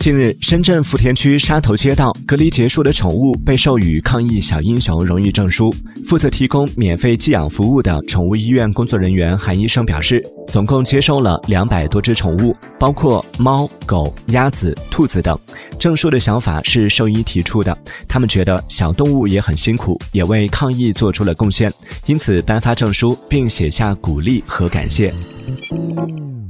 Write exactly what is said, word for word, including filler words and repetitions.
近日，深圳福田区沙头街道隔离结束的宠物被授予抗疫小英雄荣誉证书。负责提供免费寄养服务的宠物医院工作人员韩医生表示，总共接收了两百多只宠物，包括猫、狗、鸭子、兔子等。证书的想法是兽医提出的，他们觉得小动物也很辛苦，也为抗疫做出了贡献，因此颁发证书并写下鼓励和感谢。